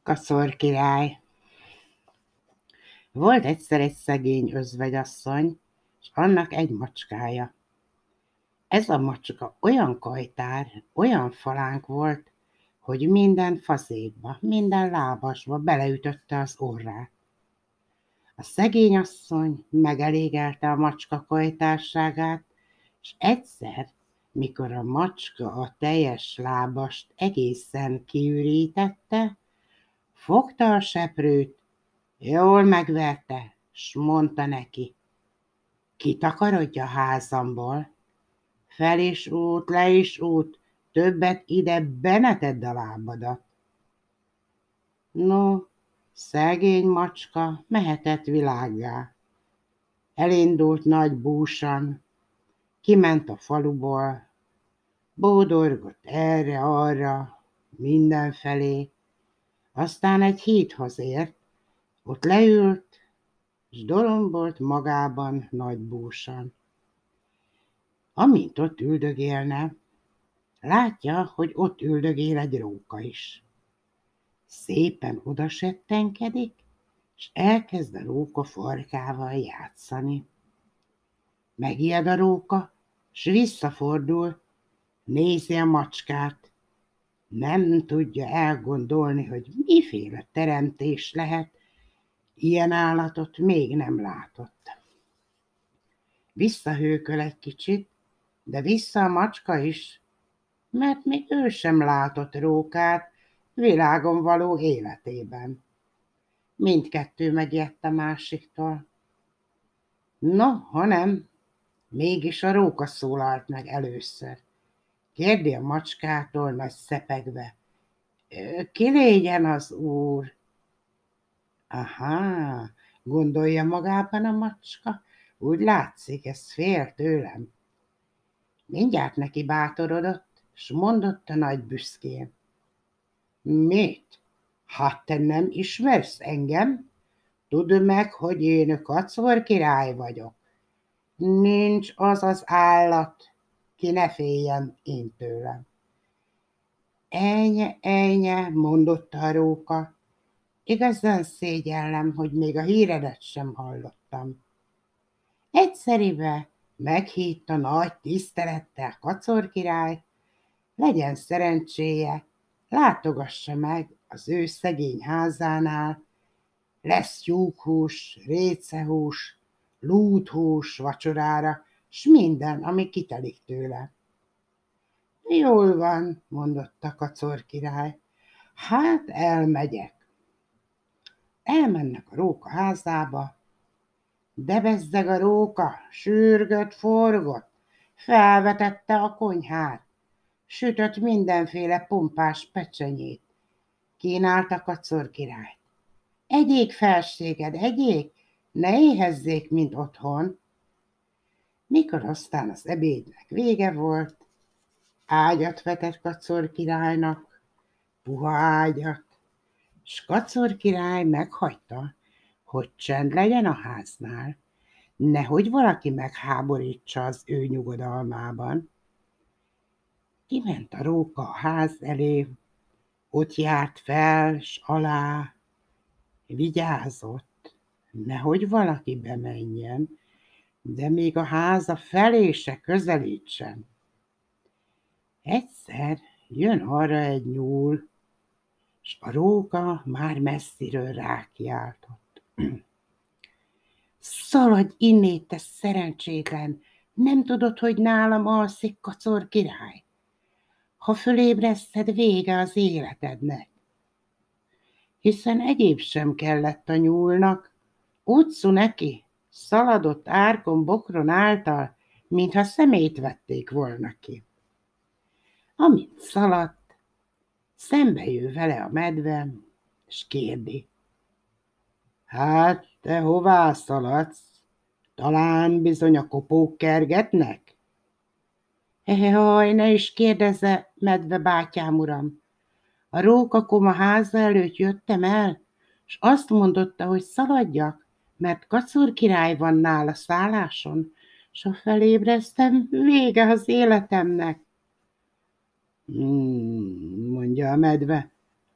Kacor király. Volt egyszer egy szegény özvegyasszony, és annak egy macskája. Ez a macska olyan kajtár, olyan falánk volt, hogy minden fazékba, minden lábasba beleütötte az orrát. A szegény asszony megelégelte a macska kajtárságát, és egyszer, mikor a macska a teljes lábast egészen kiürítette, fogta a seprőt, jól megverte, s mondta neki: kitakarodj a házamból, fel is út, le is út, többet ide be ne tedd a lábadat. No, szegény macska mehetett világgá. Elindult nagy búsan, kiment a faluból, bódorgott erre-arra, mindenfelé, aztán egy hídhoz ért, ott leült, s dorombolt magában nagy búsan. Amint ott üldögélne, látja, hogy ott üldögél egy róka is. Szépen odasettenkedik, s elkezd a róka farkával játszani. Megijed a róka, s visszafordul, nézi a macskát. Nem tudja elgondolni, hogy miféle teremtés lehet, ilyen állatot még nem látott. Visszahőköl egy kicsit, de vissza a macska is, mert még ő sem látott rókát világon való életében. Mindkettő megijedt a másiktól. No, hanem mégis a róka szólalt meg először. Kérdi a macskától nagy szepegve: ki légyen az úr? Aha, gondolja magában a macska, úgy látszik, ez fél tőlem. Mindjárt neki bátorodott, s mondotta nagy büszkén: mit? Hát te nem ismersz engem? Tudd meg, hogy én Kacor király vagyok. Nincs az az állat, ki ne féljen én tőlem. Ejnye, mondotta a róka, igazán szégyellem, hogy még a híredet sem hallottam. Egyszeribe meghívta nagy tisztelettel Kacor király, legyen szerencséje, látogassa meg az ő szegény házánál, lesz tyúkhús, récehús, lúthús vacsorára, s minden, ami kitelik tőle. Jól van, mondotta Kacor király, hát elmegyek. Elmennek a róka házába, de bezzeg a róka, sürgött, forgott, felvetette a konyhát, sütött mindenféle pompás pecsenyét. Kínálta Kacor királyt. Egyék, felséged, egyék, ne éhezzék, mint otthon. Mikor aztán az ebédnek vége volt, ágyat vetett Kacor királynak, puha ágyat, s Kacor király meghagyta, hogy csend legyen a háznál, nehogy valaki megháborítsa az ő nyugodalmában. Kiment a róka a ház elé, ott járt fel s alá, vigyázott, nehogy valaki bemenjen, de még a háza felé se közelítsen. Egyszer jön arra egy nyúl, s a róka már messziről rákiáltott. Szaladj innét, te szerencsétlen, nem tudod, hogy nálam alszik Kacor király? Ha fölébreszted, vége az életednek. Hiszen egyéb sem kellett a nyúlnak, úgyszú neki, szaladott árkon, bokron által, mintha szemét vették volna ki. Amint szaladt, szembe jő vele a medve, s kérdi: hát, te hová szaladsz? Talán bizony a kopók kergetnek? Haj, ne is kérdezze, medve bátyám uram. A rókakoma háza előtt jöttem el, s azt mondotta, hogy szaladjak, mert Kacor király van nála szálláson, s ha felébreztem, vége az életemnek. Mondja a medve,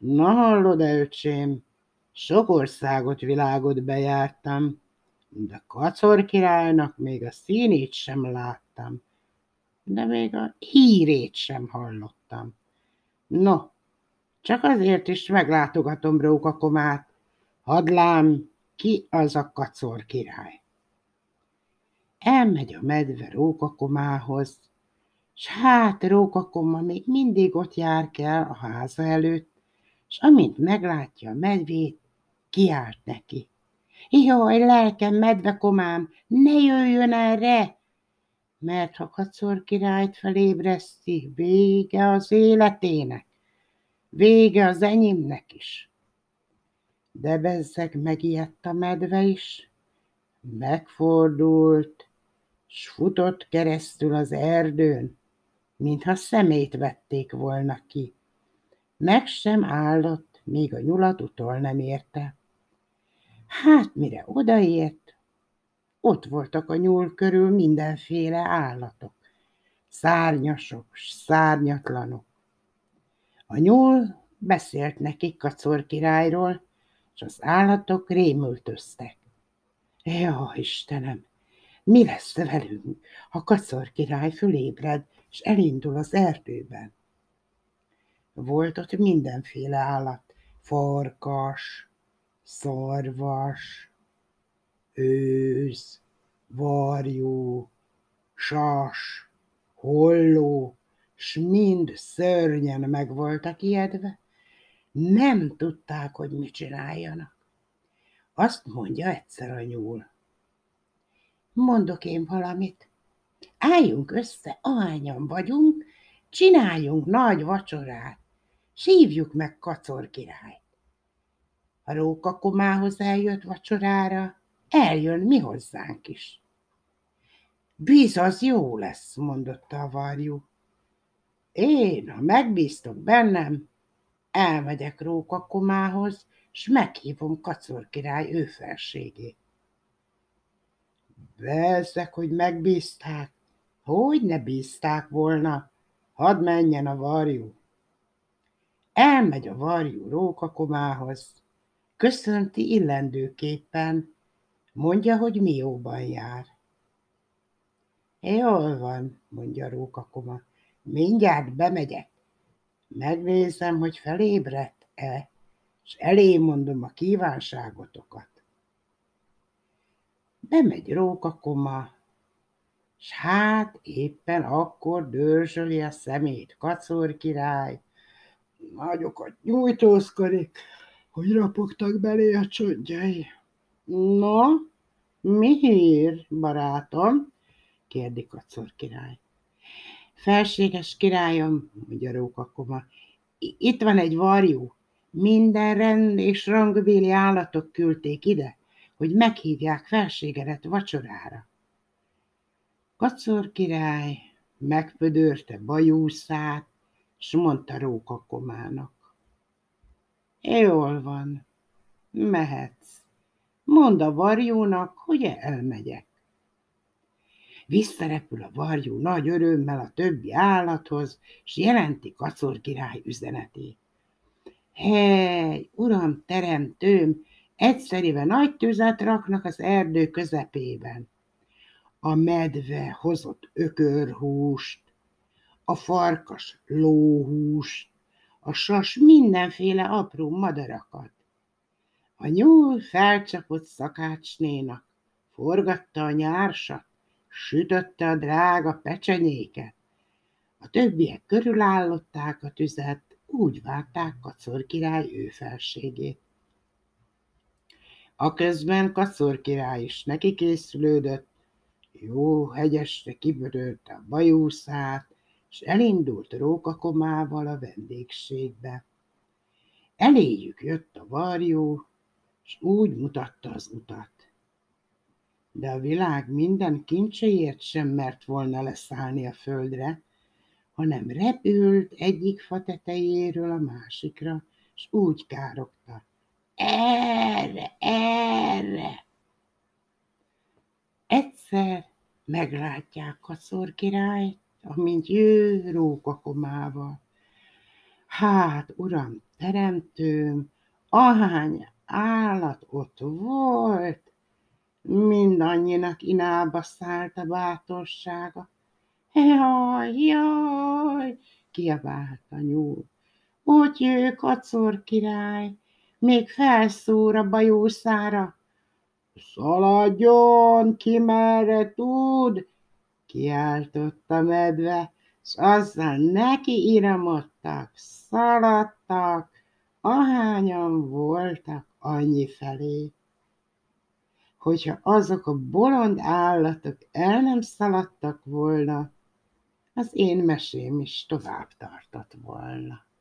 Na hallod-e, öcsém, sok országot, világot bejártam, de Kacor királynak még a színét sem láttam, de még a hírét sem hallottam. No, csak azért is meglátogatom Rókakomát, hadd lám, ki az a Kacor király. Elmegy a medve Rókakomához, s hát Rókakoma még mindig ott jár kell a háza előtt, s amint meglátja a medvét, kiált neki. Jaj, lelkem, medvekomám, ne jöjjön erre! Mert ha Kacor királyt felébreszti, vége az életének, vége az enyémnek is. De bezzeg megijedt a medve is, megfordult, s futott keresztül az erdőn, mintha szemét vették volna ki. Meg sem állott, míg a nyulat utol nem érte. Hát mire odaért, ott voltak a nyúl körül mindenféle állatok, szárnyasok, szárnyatlanok. A nyúl beszélt nekik Kacor királyról, és az állatok rémültöztek. Ja, Istenem, mi lesz velünk, ha Kacor király fölébred, és elindul az erdőben? Volt ott mindenféle állat, farkas, szarvas, őz, varjú, sas, holló, s mind szörnyen meg voltak ijedve, nem tudták, hogy mit csináljanak. Azt mondja egyszer a nyúl. Mondok én valamit, álljunk össze, ahányan vagyunk, csináljunk nagy vacsorát, s hívjuk meg Kacor királyt. A Rókakomához eljött vacsorára, eljön mi hozzánk is. Bíz, az jó lesz, mondotta a varjú. Én, ha megbíztok bennem, elmegyek Rókakomához, s meghívom Kacor király őfelségét. Bezzeg, hogy megbízták, hogy ne bízták volna, hadd menjen a varjú. Elmegy a varjú Rókakomához, köszönti illendőképpen, mondja, hogy mióban jár. Jól van, mondja Rókakoma, mindjárt bemegyek. Megnézem, hogy felébredt-e, és elé mondom a kívánságotokat. Bemegy Rókakoma, s hát éppen akkor dörzsöli a szemét Kacor király, nagyokat nyújtózkodik, hogy rapogtak belé a csontjai. No, mi hír, barátom? Kérdi Kacor király. Felséges királyom, mondja Rókakoma, itt van egy varjú, minden rend és rangbéli állatok küldték ide, hogy meghívják felségedet vacsorára. Kacor király megpödörte bajúszát, s mondta Rókakomának. Jól van, mehetsz. Mondd a varjúnak, hogy elmegyek. Visszarepül a varjú nagy örömmel a többi állathoz, s jelenti Kacor király üzenetét. Hely, uram, teremtőm, egyszerűen nagy tüzet raknak az erdő közepében. A medve hozott ökörhúst, a farkas lóhúst, a sas mindenféle apró madarakat. A nyúl felcsapott szakácsnénak, forgatta a nyársat, sütötte a drága pecsenyéket. A többiek körülállották a tüzet, úgy várták Kacor király őfelségét. Aközben Kacor király is neki készülődött, jó hegyesre kibödölte a bajúszát, és elindult Rókakomával a vendégségbe. Eléjük jött a varjú, és úgy mutatta az utat. De a világ minden kincséért sem mert volna leszállni a földre, hanem repült egyik fa tetejéről a másikra, és úgy károgta. Erre, erre! Egyszer meglátják Kacor királyt, amint jő Rókakomával. Hát, uram, teremtőm, ahány állat ott volt, mindannyinak inába szállt a bátorsága. Jaj, jaj, kiabált a nyúl. Ott jő Kacor király, még felszór a bajószára. Szaladjon, ki merre tud, kiáltott a medve, s azzal neki iramodtak, szaladtak, ahányan voltak annyi felé. Hogyha azok a bolond állatok el nem szaladtak volna, az én mesém is tovább tartott volna.